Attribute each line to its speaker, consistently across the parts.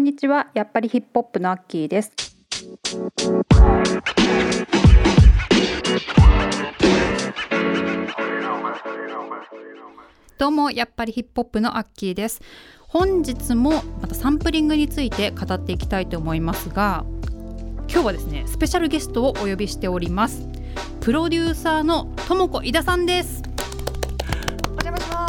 Speaker 1: にちは。やっぱりヒップホップのアッキーです。どうも、やっぱりヒップホップのアッキーです。本日もまたサンプリングについて語っていきたいと思いますが、今日はですね、スペシャルゲストをお呼びしております。プロデューサーのともこ井田さんです。
Speaker 2: お邪魔します。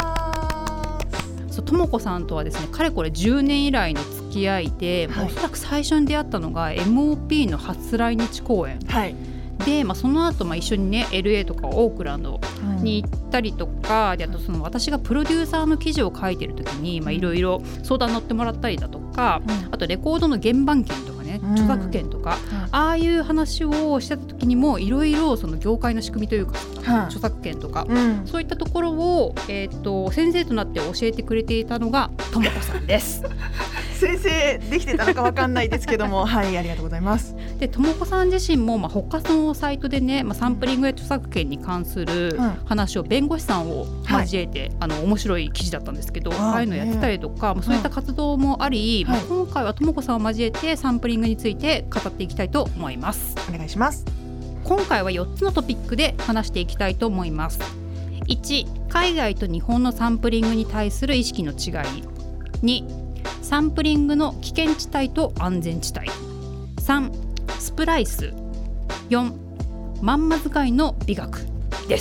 Speaker 1: ともこさんとはですね、かれこれ10年以来の付き合いで、おそらく最初に出会ったのが MOP の初来日公演、で、その後一緒にね LA とかオークランドに行ったりとか、であとその私がプロデューサーの記事を書いてる時にいろいろ相談乗ってもらったりだとか、あとレコードの原版権とかね、著作権とか、ああいう話をしてた時にもいろいろその業界の仕組みというか、著作権とか、そういったところを、先生となって教えてくれていたのがともこさんです
Speaker 2: 先生できてたのか分かんないですけどもはい、ありがとうございます。
Speaker 1: で、ともこさん自身も、他のサイトでね、サンプリングや著作権に関する話を弁護士さんを交えて、面白い記事だったんですけど、ああいうのやってたりとか、そういった活動もあり、今回はともこさんを交えてサンプリングについて語っていきたいと思います。
Speaker 2: お願いします。
Speaker 1: 今回は4つのトピックで話していきたいと思います。1、海外と日本のサンプリングに対する意識の違い。2、サンプリングの危険地帯と安全地帯。3、スプライス。4、まんま使いの美学です。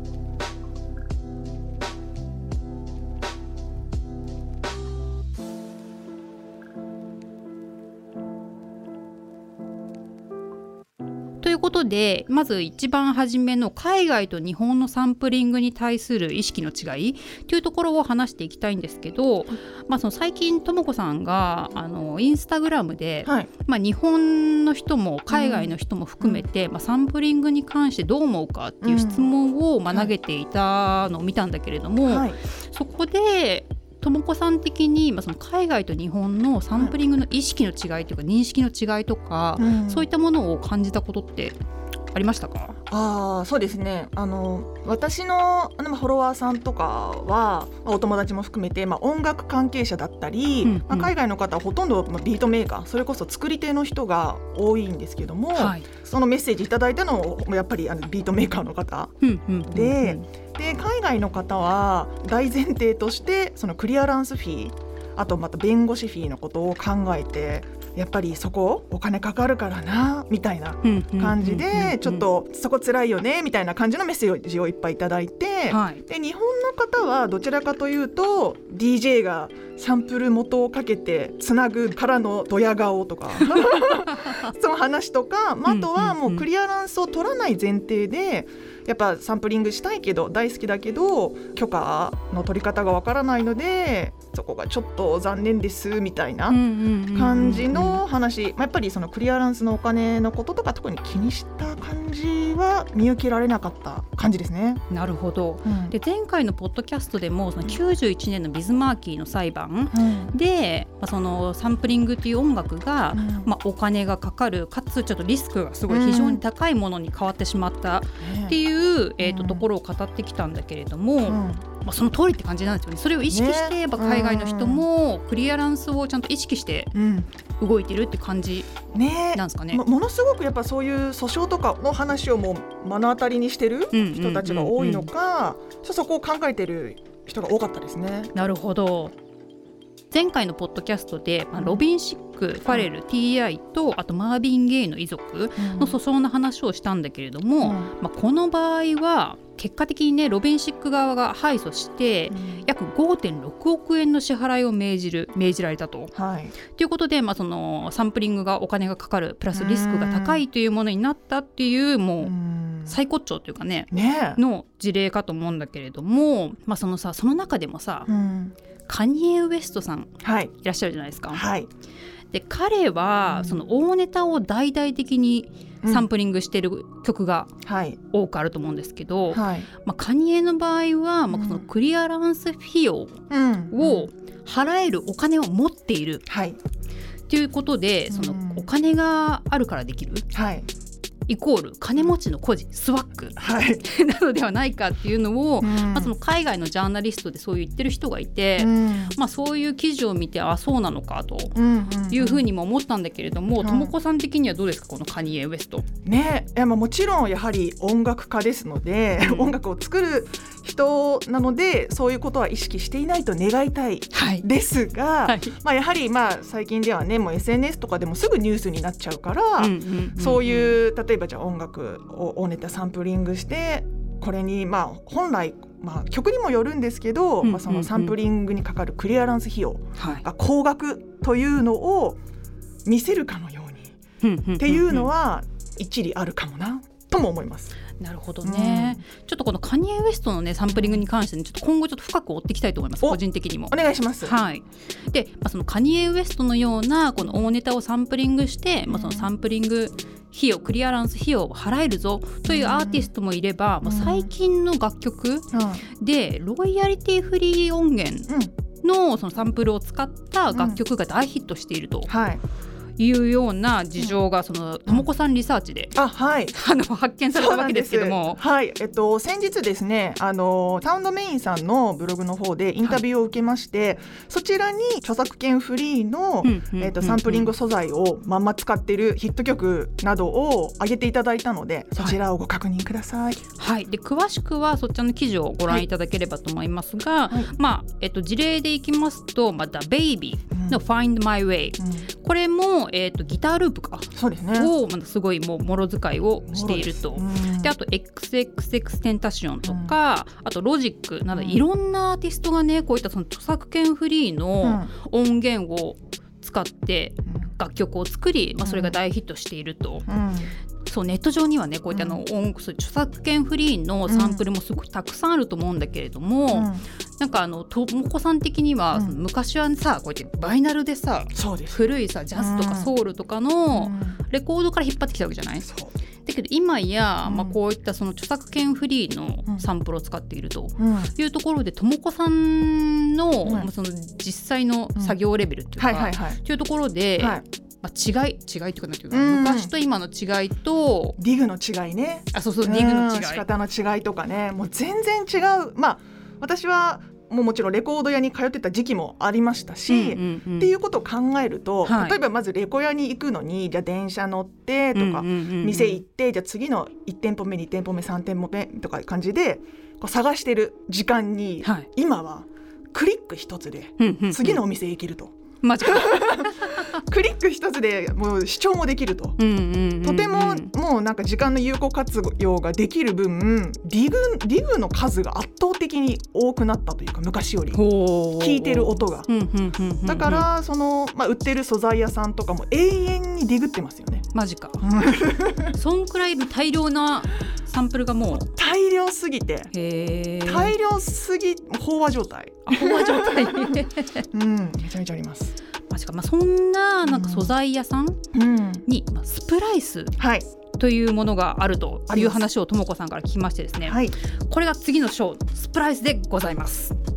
Speaker 1: ということで、まず一番初めの海外と日本のサンプリングに対する意識の違いというところを話していきたいんですけど、その最近ともこさんがインスタグラムで、日本の人も海外の人も含めて、サンプリングに関してどう思うかっていう質問を投げていたのを見たんだけれども、そこでともこさん的に、その海外と日本のサンプリングの意識の違いというか認識の違いとか、そういったものを感じたことってありましたか？
Speaker 2: そうですね、私のフォロワーさんとかは、お友達も含めて、音楽関係者だったり、海外の方はほとんどビートメーカー、それこそ作り手の人が多いんですけども、そのメッセージいただいたのもやっぱりビートメーカーの方で、海外の方は大前提としてそのクリアランスフィー、あとまた弁護士フィーのことを考えて、やっぱりそこお金かかるからなみたいな感じで、ちょっとそこ辛いよねみたいな感じのメッセージをいっぱいいただいて、で日本の方はどちらかというと DJ がサンプル元をかけてつなぐからのドヤ顔とかその話とか、あとはもうクリアランスを取らない前提で、やっぱサンプリングしたいけど大好きだけど許可の取り方がわからないので、そこがちょっと残念ですみたいな感じの話、やっぱりそのクリアランスのお金のこととか特に気にした感じは見受けられなかった感じですね。
Speaker 1: なるほど、で前回のポッドキャストでもその91年のビズマーキーの裁判で、そのサンプリングという音楽が、お金がかかるかつちょっとリスクがすごい非常に高いものに変わってしまったっていう、ところを語ってきたんだけれども、その通りって感じなんですよね。それを意識して、海外の人もクリアランスをちゃんと意識して動いてるって感じなんですかね。
Speaker 2: ものすごくやっぱそういう訴訟とかの話をもう目の当たりにしてる人たちが多いのか、そこを考えてる人が多かったですね。
Speaker 1: なるほど。前回のポッドキャストで、ロビン・シック、ファレル、T.I. とあとマービン・ゲイの遺族の訴訟の話をしたんだけれども、この場合は結果的にね、ロビン・シック側が敗訴して、約 5.6 億円の支払いを命じられたと、ということで、そのサンプリングがお金がかかるプラスリスクが高いというものになったっていう、もう最高潮というかねの事例かと思うんだけれども、その中でもさ、カニエ・ウエストさんいらっしゃるじゃないですか。で彼はその大ネタを大々的にサンプリングしてる曲が多くあると思うんですけど、カニエの場合は、そのクリアランス費用を払えるお金を持っているということで、そのお金があるからできる、 イコール金持ちの孤児スワッグ、
Speaker 2: はい、
Speaker 1: なのではないかっていうのを、その海外のジャーナリストでそう言ってる人がいて、そういう記事を見てそうなのかというふうにも思ったんだけれども、ともこさん的にはどうですかこのカニエ・ウエスト、
Speaker 2: ね、いやもちろんやはり音楽家ですので、音楽を作る人なのでそういうことは意識していないと願いたいですが、やはり最近ではねもう SNS とかでもすぐニュースになっちゃうから、そういう例えばじゃあ音楽を大ネタサンプリングしてこれに本来曲にもよるんですけど、そのサンプリングにかかるクリアランス費用が高額というのを見せるかのようにっていうのは一理あるかもなとも思います。
Speaker 1: なるほどね、ちょっとこのカニエ・ウエストの、サンプリングに関して、ちょっと今後ちょっと深く追っていきたいと思います。個人的にも
Speaker 2: お願いします。
Speaker 1: はい、で、そのカニエ・ウエストのようなこの大ネタをサンプリングして、そのサンプリング費用クリアランス費用を払えるぞというアーティストもいれば、最近の楽曲でロイヤリティフリー音源のそのサンプルを使った楽曲が大ヒットしていると、いうような事情がそのともこさんリサーチで、発見されたわけですけども、
Speaker 2: 先日ですねサウンドメインさんのブログの方でインタビューを受けまして、そちらに著作権フリーのサンプリング素材をまんま使っているヒット曲などを上げていただいたので、そちらをご確認ください。
Speaker 1: で詳しくはそちらの記事をご覧いただければと思いますが、事例でいきますと、The Baby の Find My Way、これもギターループ
Speaker 2: そうですね、
Speaker 1: をすごいものづかいをしていると。であと XXX テンタシオンとか、あとロジックなどいろんなアーティストがねこういったその著作権フリーの音源を使って楽曲を作り、それが大ヒットしていると。そうネット上にはねこういった著作権フリーのサンプルもすごくたくさんあると思うんだけれども、なんかともこさん的には、昔はさこうやってバイナルでさ古いさジャズとかソウルとかのレコードから引っ張ってきたわけじゃない。だけど今や、こういったその著作権フリーのサンプルを使っているというところで、ともこさんの、その実際の作業レベルっていうか、というところで、違いっていうかなんていうか、昔と今の違いと
Speaker 2: ディグの違いね。
Speaker 1: ディグの違い、
Speaker 2: 仕方の違いとかね、もう全然違う。私はもちろんレコード屋に通ってた時期もありましたし、っていうことを考えると、例えばまずレコ屋に行くのにじゃあ電車乗ってとか、店行ってじゃあ次の1店舗目2店舗目3店舗目とか感じでこう探してる時間に、今はクリック一つで次のお店行けると。
Speaker 1: マジか
Speaker 2: クリック一つでもう視聴もできると、とてももうなんか時間の有効活用ができる分ディグの数が圧倒的に多くなったというか、昔より聞いてる音が、だからその、売ってる素材屋さんとかも永遠にディグってますよね。
Speaker 1: マジかそんくらい大量なサンプルがもう
Speaker 2: 大量すぎて飽和状態めちゃめちゃあります。
Speaker 1: マジか。そんな、なんか素材屋さんに、スプライスというものがあるという話をともこさんから聞きましてですね、これが次の章スプライスでございます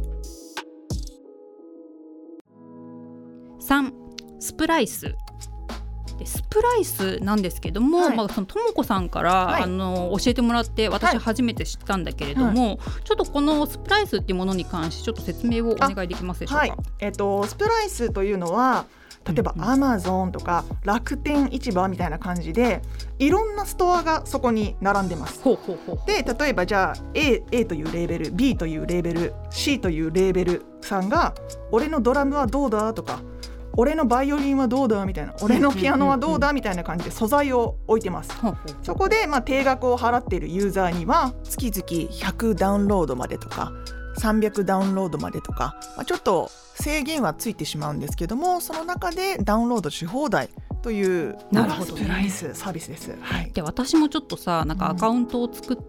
Speaker 1: 。3スプライス。スプライスなんですけども、そのともこさんから、教えてもらって私初めて知ったんだけれども、ちょっとこのスプライスっていうものに関してちょっと説明をお願いできますでしょうか。
Speaker 2: スプライスというのは例えばアマゾンとか楽天市場みたいな感じでいろんなストアがそこに並んでます。で例えばじゃあ A というレーベル B というレーベル C というレーベルさんが俺のドラムはどうだとか俺のバイオリンはどうだみたいな、俺のピアノはどうだみたいな感じで素材を置いてます。そこで定額を払っているユーザーには月々100ダウンロードまでとか300ダウンロードまでとか、ちょっと制限はついてしまうんですけども、その中でダウンロードし放題というのがスプライスサービスです。
Speaker 1: で私もちょっとさなんかアカウントを作って、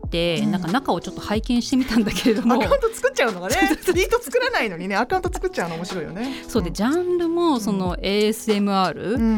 Speaker 1: なんか中をちょっと拝見してみたんだけれども、
Speaker 2: アカウント作っちゃうのがねビート作らないのにねアカウント作っちゃうの面白いよね。
Speaker 1: そうでジャンルもその ASMR のも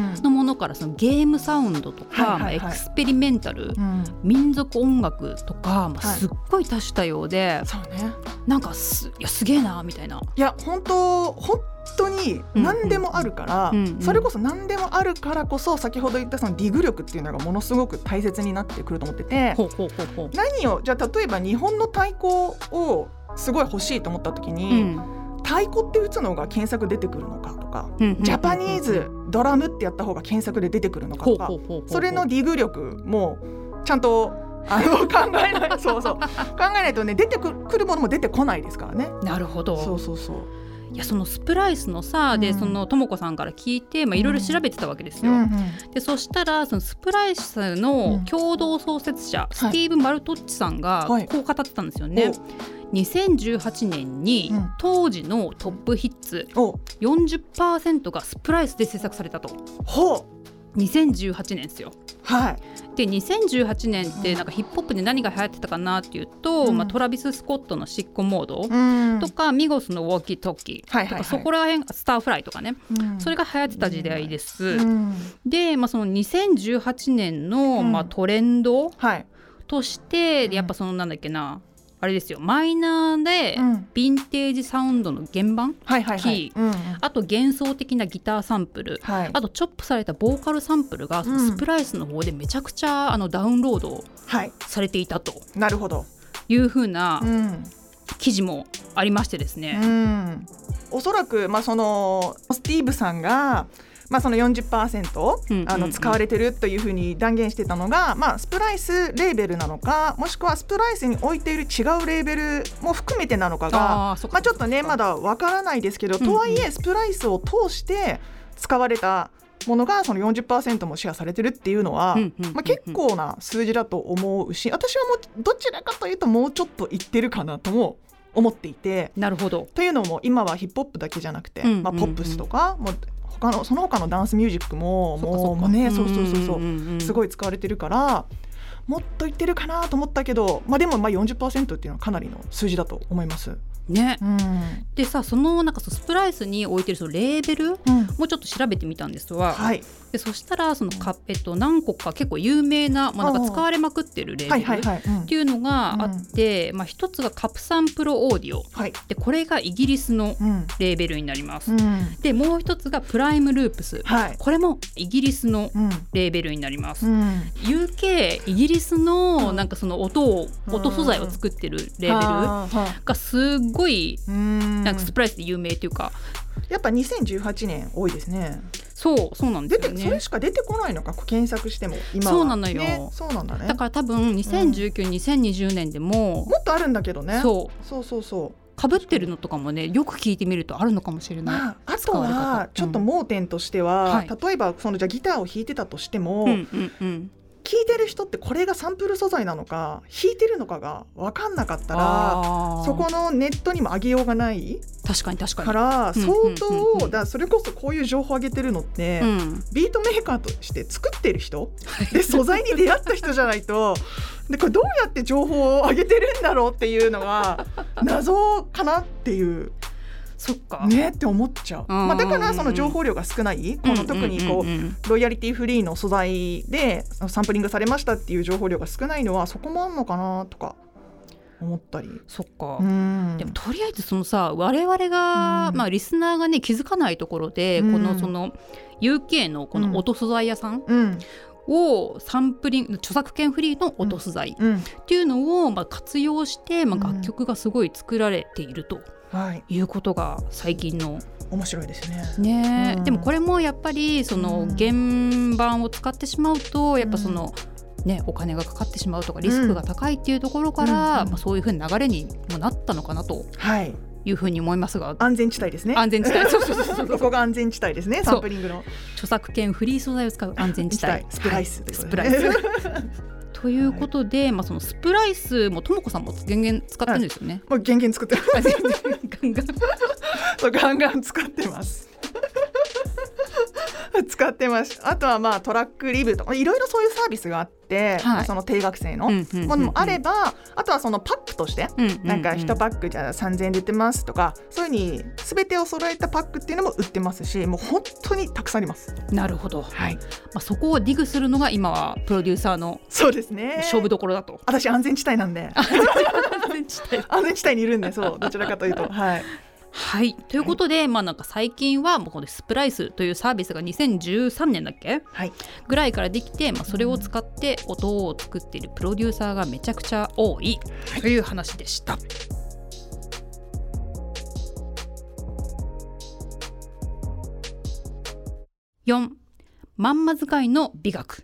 Speaker 1: のからそのゲームサウンドとか、エクスペリメンタル、民族音楽とか、すっごい多種多様で、
Speaker 2: そうね、
Speaker 1: なんかすげえなみたいな。
Speaker 2: いや本当に何でもあるから、それこそ何でもあるからこそ先ほど言ったそのディグ力っていうのがものすごく大切になってくると思ってて、何をじゃあ例えば日本の太鼓をすごい欲しいと思った時に、太鼓って打つのが検索出てくるのかとか、ジャパニーズドラムってやった方が検索で出てくるのかとか、それのディグ力もちゃんと考えない考えないとね、出てくるものも出てこないですからね。
Speaker 1: なるほど。
Speaker 2: そう
Speaker 1: いやそのスプライスのさで、そのともこさんから聞いていろいろ調べてたわけですよ、でそしたらそのスプライスの共同創設者、スティーブ・マルトッチさんがこう語ってたんですよね、2018年に当時のトップヒッツ 40% がスプライスで制作されたと。2018年ですよ。で2018年ってなんかヒップホップで何が流行ってたかなっていうと、トラビス・スコットのシッコモードとか、ミゴスのウォーキートーキーとか、そこら辺スターフライとかね、それが流行ってた時代です、で、その2018年の、トレンドとして、やっぱそのなんだっけな、あれですよ、マイナーでヴィンテージサウンドの原盤キー、あと幻想的なギターサンプル、あとチョップされたボーカルサンプルがそのスプライスの方でめちゃくちゃダウンロードされていたという風な記事もありましてですね、
Speaker 2: おそらく、そのスティーブさんがその 40% 使われてるというふうに断言してたのが、スプライスレーベルなのか、もしくはスプライスに置いている違うレーベルも含めてなのかがちょっとねまだわからないですけど、とはいえスプライスを通して使われたものがその 40% もシェアされてるっていうのは、結構な数字だと思うし、私はもうどちらかというともうちょっといってるかなとも思っていて。
Speaker 1: なるほど。
Speaker 2: というのも今はヒップホップだけじゃなくて、ポップスとかもその他のダンスミュージックももうね、すごい使われてるから、もっといってるかなと思ったけど、でも40% っていうのはかなりの数字だと思います
Speaker 1: ね。でさ、そのなんかスプライスに置いてるそのレーベルもちょっと調べてみたんですわ、でそしたらその何個か結構有名な、なんか使われまくってるレーベルっていうのがあって、一つがカプサンプロオーディオ、でこれがイギリスのレーベルになります、でもう一つがプライムループス、これもイギリスのレーベルになります、UK イギリスのなんかその音素材を作ってるレーベルがすごいなんかスプライスで有名っていうか、
Speaker 2: やっぱ2018年多いですね。
Speaker 1: そうなんですよね。
Speaker 2: それしか出てこないのか、検索しても今は。
Speaker 1: そうなのよ、
Speaker 2: そうなんだね。
Speaker 1: だから多分2019、2020年でも
Speaker 2: もっとあるんだけどね。そう
Speaker 1: 被ってるのとかもね、よく聞いてみるとあるのかもしれない。
Speaker 2: あとはちょっと盲点としては、例えばそのじゃあギターを弾いてたとしても、聴いてる人ってこれがサンプル素材なのか弾いてるのかが分かんなかったら、そこのネットにも上げようがないから相当だ。それこそこういう情報を上げてるのって、ビートメーカーとして作ってる人で素材に出会った人じゃないとでこれどうやって情報を上げてるんだろうっていうのが謎かなっていう
Speaker 1: そっか
Speaker 2: ねって思っちゃう、だからその情報量が少ない、この特にロイヤリティフリーの素材でサンプリングされましたっていう情報量が少ないのはそこもあんのかなとか思ったり。
Speaker 1: そっか、でもとりあえずそのさ、我々が、リスナーがね気づかないところで、このその UK のこの音素材屋さん、をサンプリング著作権フリーの音素材っていうのを活用して、楽曲がすごい作られているということが最近の
Speaker 2: 面白いですね。
Speaker 1: でもこれもやっぱりその原版を使ってしまうとやっぱその、お金がかかってしまうとかリスクが高いっていうところから、そういうふうな流れにもなったのかなというふうに思いますが、
Speaker 2: 安全地帯ですね。
Speaker 1: 安全地帯
Speaker 2: そこが安全地帯ですね。サンプリングの
Speaker 1: 著作権フリー素材を使う安全地帯、
Speaker 2: スプライス、
Speaker 1: スプライスということで、そのスプライスもともこさんもガンガン使ってるんですよね。
Speaker 2: もうガンガン作ってガンガン使ってます使ってます。あとはまあトラックリブとかいろいろそういうサービスがあって、はい、その定額制のものもあれば、あとはそのパックとして、なんか1パックじゃあ3000円で売ってますとか、そういう風に全てを揃えたパックっていうのも売ってますし、もう本当にたくさんあります。
Speaker 1: なるほど、
Speaker 2: はい。
Speaker 1: そこをディグするのが今はプロデューサーの
Speaker 2: そうですね、
Speaker 1: 勝負どころだと。
Speaker 2: 私安全地帯なんで安全地帯にいるんで、そうどちらかというとはい
Speaker 1: はい、ということで、なんか最近はもうこのスプライスというサービスが2013年だっけ、
Speaker 2: はい、
Speaker 1: ぐらいからできて、それを使って音を作っているプロデューサーがめちゃくちゃ多いという話でした。4、まんま使いの美学。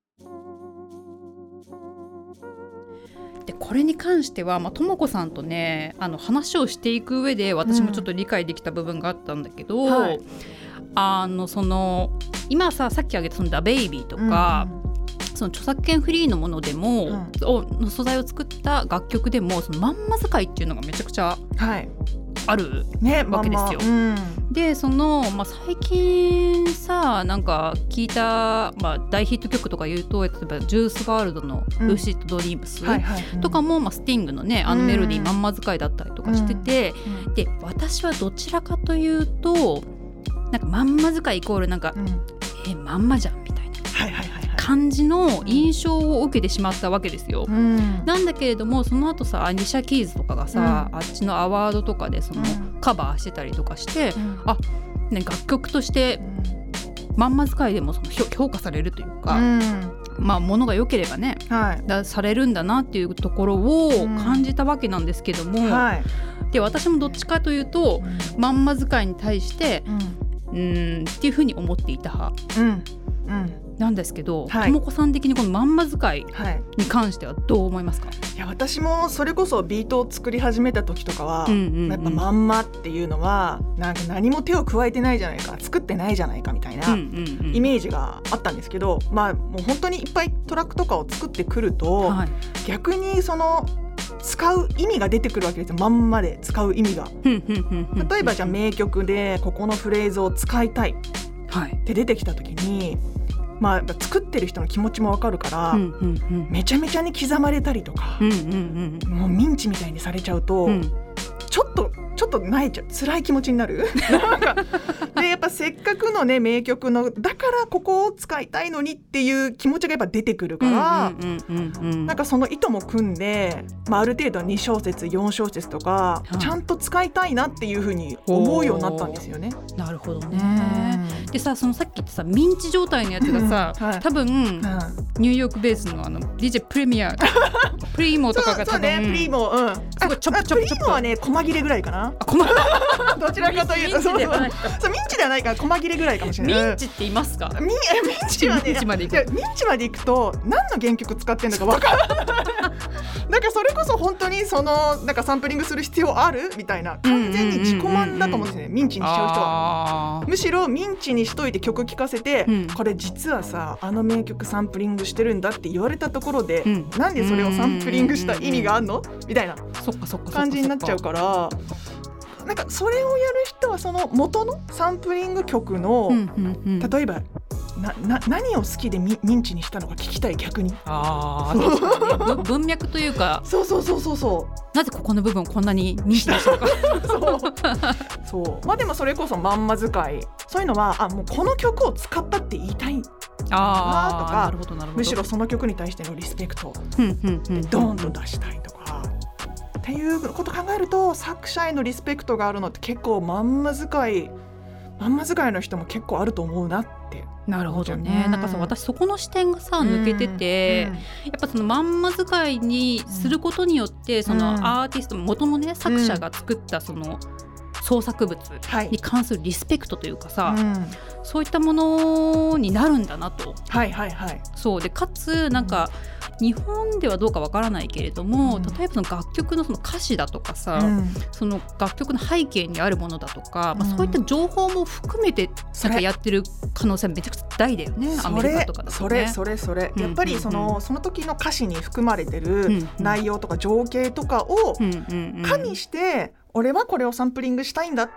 Speaker 1: でこれに関してはともこさんとね話をしていく上で私もちょっと理解できた部分があったんだけど、はい、その今さっき挙げたそのダベイビーとか、その著作権フリーのものでも、の素材を作った楽曲でもそのまんま使いっていうのがめちゃくちゃあるわけですよ。でその、最近さなんか聞いた、大ヒット曲とか言うと例えばジュースワールドのルーシッドドリームスとかも、スティングのねメロディーまんま使いだったりとかしてて、で私はどちらかというとなんかまんま使いイコールなんか、まんまじゃんみたいな感じの印象を受けてしまったわけですよ。なんだけれどもその後さアニシャ・キーズとかがさ、あっちのアワードとかでそのカバーしてたりとかして、楽曲としてまんま使いでもその評価されるというか、ものが良ければね、されるんだなっていうところを感じたわけなんですけども、で私もどっちかというと、まんま使いに対して、っていうふうに思っていた派、なんですけど、ともこさん的にこのまんま使いに関してはどう思いますか？
Speaker 2: いや私もそれこそビートを作り始めた時とかは、やっぱまんまっていうのはなんか何も手を加えてないじゃないか、作ってないじゃないかみたいなイメージがあったんですけど、もう本当にいっぱいトラックとかを作ってくると、逆にその使う意味が出てくるわけですよ。まんまで使う意味が。例えばじゃあ名曲でここのフレーズを使いたいって出てきた時に、作ってる人の気持ちも分かるから、めちゃめちゃに刻まれたりとか、もうミンチみたいにされちゃうと、ちょっと泣いちゃう、辛い気持ちになるなんかでやっぱせっかくのね名曲のだからここを使いたいのにっていう気持ちがやっぱ出てくるから、なんかその意図も組んで、ある程度2小節4小節とか、ちゃんと使いたいなっていうふうに思うようになったんですよね。
Speaker 1: なるほどね。でさそのさっき言ったさミンチ状態のやつがさ、多分、ニューヨークベースのDJ プレミアプリモとかが多分
Speaker 2: プリモ、すごいチョッププリモはね細切れぐらいかなどちらかというとミンチではないから細切れぐらいかもしれない。
Speaker 1: ミンチって言いますか？
Speaker 2: ミンチはね、ミンチまでいくと何の原曲使ってんのか分からないなんかそれこそ本当にそのなんかサンプリングする必要あるみたいな、完全に自己満だと思うんですね、ミンチにしちゃう人は。むしろミンチにしといて曲聴かせて、これ実はさ名曲サンプリングしてるんだって言われたところで、なんでそれをサンプリングした意味があんのみたいな感じになっちゃうから、なんかそれをやる人はその元のサンプリング曲の、例えば何を好きでミンチにしたのか聞きたい、逆に。
Speaker 1: 文脈というか
Speaker 2: そう
Speaker 1: なぜここの部分をこんなにミンチにしたのか
Speaker 2: そうでもそれこそまんま使い、そういうのはもうこの曲を使ったって言いたいなとか、むしろその曲に対してのリスペクトでドーンと出したいとかっていうことを考えると、作者へのリスペクトがあるのって結構まんま使いの人も結構あると思うなって。
Speaker 1: なるほどね。なんかさ私そこの視点がさ抜けてて、やっぱそのまんま使いにすることによって、そのアーティスト元のね作者が作ったその創作物に関するリスペクトというかさ、そういったものになるんだなと。そうでかつなんか日本ではどうかわからないけれども、例えばその楽曲のその歌詞だとかさ、その楽曲の背景にあるものだとか、そういった情報も含めてなんかやってる可能性はめちゃくちゃ大だよね。アメリカとかだとね。
Speaker 2: それやっぱりその時の歌詞に含まれてる内容とか情景とかを加味して、俺はこれをサンプリングしたいんだっ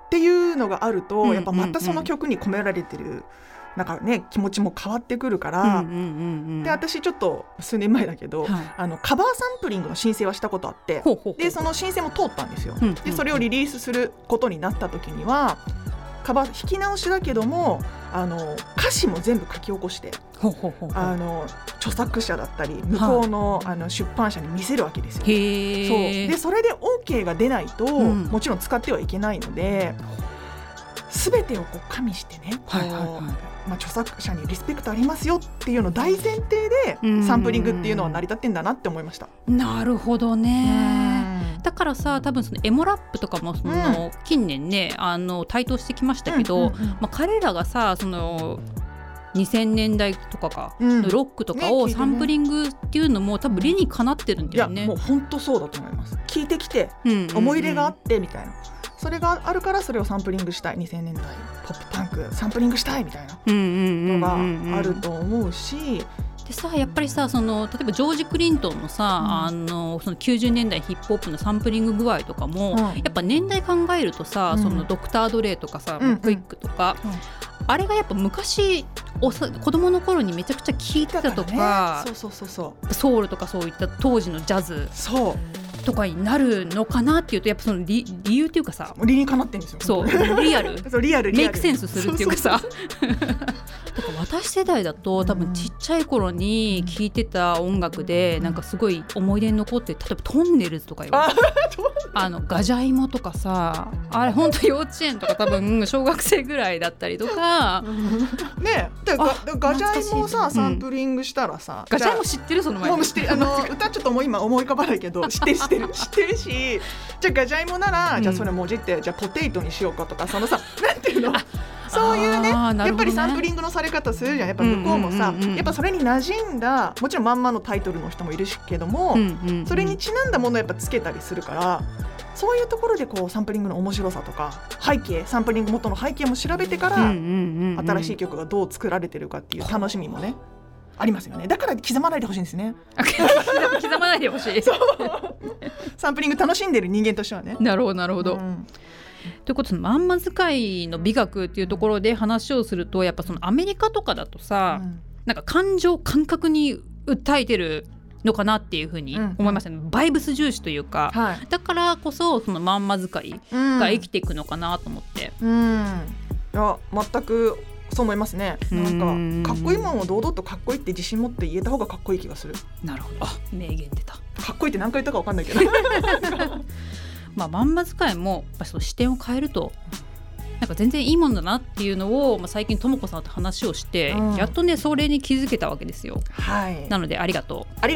Speaker 2: っていうのがあると、やっぱまたその曲に込められてるなんかね、気持ちも変わってくるから、で私ちょっと数年前だけど、カバーサンプリングの申請はしたことあって、でその申請も通ったんですよ、でそれをリリースすることになった時にはカバー弾き直しだけども歌詞も全部書き起こして著作者だったり向こうの、出版社に見せるわけですよ。そうでそれで OK が出ないと、もちろん使ってはいけないので全てをこう加味してね、著作者にリスペクトありますよっていうのを大前提でサンプリングっていうのは成り立ってんだなって思いました。
Speaker 1: なるほどね。だからさ、多分そのエモラップとかも近年ね台頭してきましたけど、彼らがさその2000年代とかか、ロックとかをサンプリングっていうのも多分理にかなってるんだよね。
Speaker 2: いやもう本当そうだと思います。聞いてきて、思い入れがあってみたいな、それがあるからそれをサンプリングしたい、2000年代ポップパンクサンプリングしたいみたいなのがあると思うし、
Speaker 1: でさやっぱりさ例えばジョージ・クリントンのさ、その90年代ヒップホップのサンプリング具合とかも、やっぱ年代考えるとさ、そのドクター・ドレイとかさ、クイックとか、あれがやっぱ昔子供の頃にめちゃくちゃ聴いてたとか、ソウルとかそういった当時のジャズとかになるのかなっていうと、やっぱその 理由っていうかさ、
Speaker 2: 理にかなってんですよ。
Speaker 1: そうリアル
Speaker 2: そうリアル
Speaker 1: メイクセンスするっていうかさだから私世代だと多分ちっちゃい頃に聴いてた音楽でなんかすごい思い出に残って、例えばトンネルズとかよ、ガジャイモとかさ、あれ本当幼稚園とか多分小学生ぐらいだったりとか
Speaker 2: ねえ、ガジャイモをさサンプリングしたらさ、
Speaker 1: ガジャイモ知ってる？その前に
Speaker 2: 知ってる歌ちょっともう今思い浮かばないけど知ってるし、じゃあガジャイモなら、じゃあそれもじってじゃあポテイトにしようかとか、そのさなんていうのそういうね、やっぱりサンプリングのされ方するじゃん。やっぱ向こうもさ、やっぱそれに馴染んだ、もちろんまんまのタイトルの人もいるしけども、それにちなんだものをやっぱつけたりするから、そういうところでこうサンプリングの面白さとか背景、サンプリング元の背景も調べてから新しい曲がどう作られてるかっていう楽しみもねありますよね。だから刻まないでほしいんですね。
Speaker 1: 刻まないでほしい
Speaker 2: サンプリング楽しんでる人間としてはね。
Speaker 1: なるほどなるほど、ということでまんま使いの美学っていうところで話をすると、やっぱそのアメリカとかだとさ、なんか感覚に訴えてるのかなっていうふうに思いましたね、バイブス重視というか、だからこそそのまんま使いが生きていくのかなと思って、
Speaker 2: いや全くそう思いますね。なんかかっこいいものを堂々とかっこいいって自信持って言えた方がかっこいい気がする。
Speaker 1: なるほど、名言出た。
Speaker 2: かっこいいって何回言ったか分かんないけど
Speaker 1: まんま使いもやっぱその視点を変えるとなんか全然いいものだなっていうのを、最近ともこさんと話をして、やっとねそれに気づけたわけですよ。なのでありがとう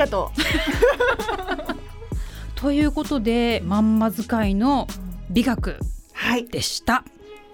Speaker 1: ということでまんま使いの美学でした、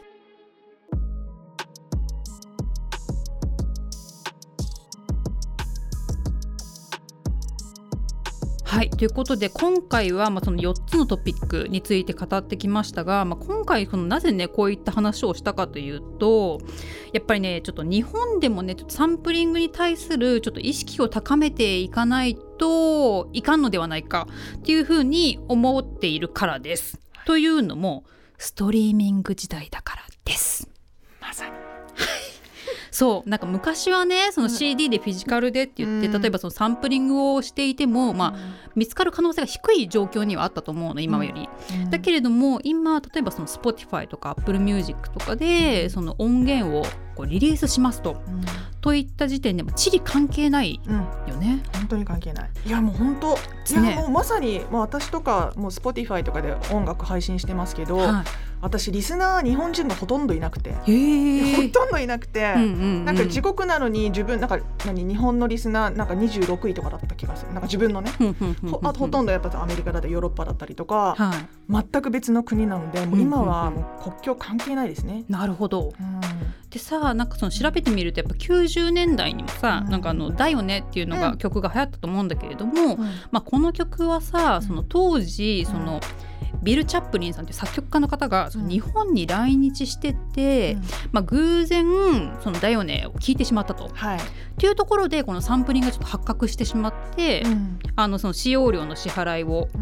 Speaker 1: はい、ということで今回はその4つのトピックについて語ってきましたが、今回なぜねこういった話をしたかというと、やっぱりねちょっと日本でもねちょっとサンプリングに対するちょっと意識を高めていかないといかんのではないかっていうふうに思っているからです。というのもストリーミング時代だからです。
Speaker 2: まさに
Speaker 1: そうなんか昔はねその CD でフィジカルでって言って、例えばそのサンプリングをしていても、見つかる可能性が低い状況にはあったと思うの今より、だけれども今例えばその Spotify とか Apple Music とかでその音源をこうリリースしますと、といった時点でも地理関係ないよね、
Speaker 2: 本当に関係ない。いやもう本当、いやもうまさに、私とかもう Spotify とかで音楽配信してますけど、私リスナー日本人がほとんどいなくて、ほとんどいなくて、なんか自国なのに自分なんか日本のリスナーなんか26位とかだった気がする。なんか自分のね、あとほとんどやっぱアメリカだったりヨーロッパだったりとか、全く別の国なので、もう今はもう国境関係ないですね。
Speaker 1: なるほど、でさなんかその調べてみるとやっぱ90年代にもさ、なんかだよねっていうのが、曲が流行ったと思うんだけれども、この曲はさその当時そのビル・チャップリンさんという作曲家の方が日本に来日してて、偶然そのだよねを聴いてしまったと、っていうところでこのサンプリングがちょっと発覚してしまって、その使用料の支払いを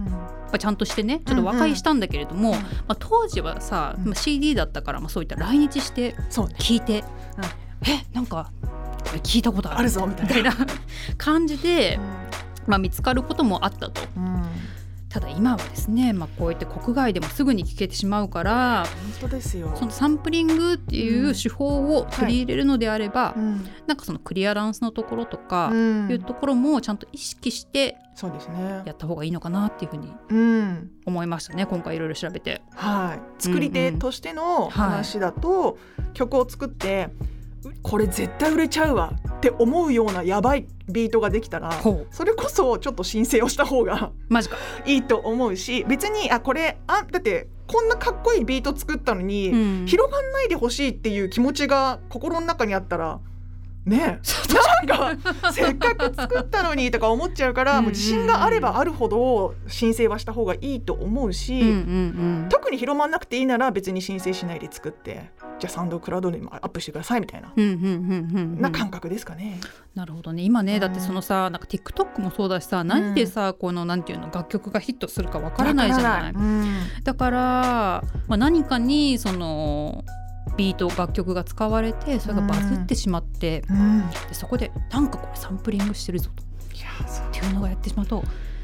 Speaker 1: ちゃんとしてねちょっと和解したんだけれども、当時はさ、CD だったから、そういった来日して聞いて、なんかこれ聞いたことある
Speaker 2: ぞみたいな
Speaker 1: 感じで、見つかることもあったと。ただ今はですね、こうやって国外でもすぐに聞けてしまうから、
Speaker 2: 本当ですよ。
Speaker 1: そのサンプリングっていう手法を取り入れるのであれば、なんかそのクリアランスのところとかいうところもちゃんと意識してやった方がいいのかなっていうふうに思いましたね、今回いろいろ調べて。
Speaker 2: 作り手としての話だと、曲を作ってこれ絶対売れちゃうわって思うようなやばいビートができたら、それこそちょっと申請をした方がいいと思うし、別にこれだってこんなかっこいいビート作ったのに、広がんないでほしいっていう気持ちが心の中にあったらね、なんかせっかく作ったのにとか思っちゃうから、もう自信があればあるほど申請はした方がいいと思うし、特に広まんなくていいなら別に申請しないで作って、じゃあサウンドクラウドにもアップしてくださいみたいな感覚ですかね。
Speaker 1: なるほどね。今ね、だってそのさ、なんか TikTok もそうだしさ、何でさ、このなんていうの楽曲がヒットするかわからないじゃない。だから、何かにそのビート楽曲が使われて、それがバズってしまって、でそこでなんかこれサンプリングしてるぞとっていうのがやってしまうと、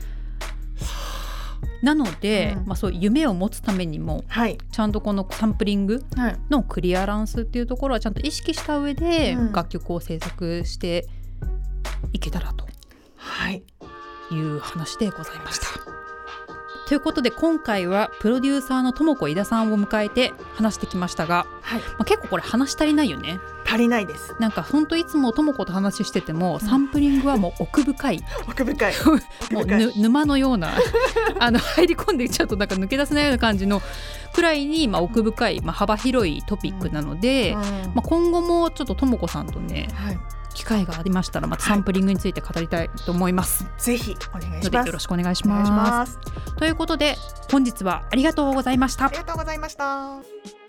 Speaker 1: なので、そういう夢を持つためにも、ちゃんとこのサンプリングのクリアランスっていうところはちゃんと意識した上で楽曲を制作していけたらという話でございました。ということで今回はプロデューサーのともこ井田さんを迎えて話してきましたが、結構これ話足りないよね。
Speaker 2: 足りないです。
Speaker 1: なんか本当いつもともこと話してても、サンプリングはもう奥深いもう沼のような入り込んでいっちゃうとなんか抜け出せないような感じのくらいに、奥深い、幅広いトピックなので、今後もちょっとともこさんとね、機会がありましたらまたサンプリングについて語りたいと思います。
Speaker 2: ぜひお願いします。
Speaker 1: のでよろしくお願いします。ということで本日はありがとうございました。
Speaker 2: ありがとうございました。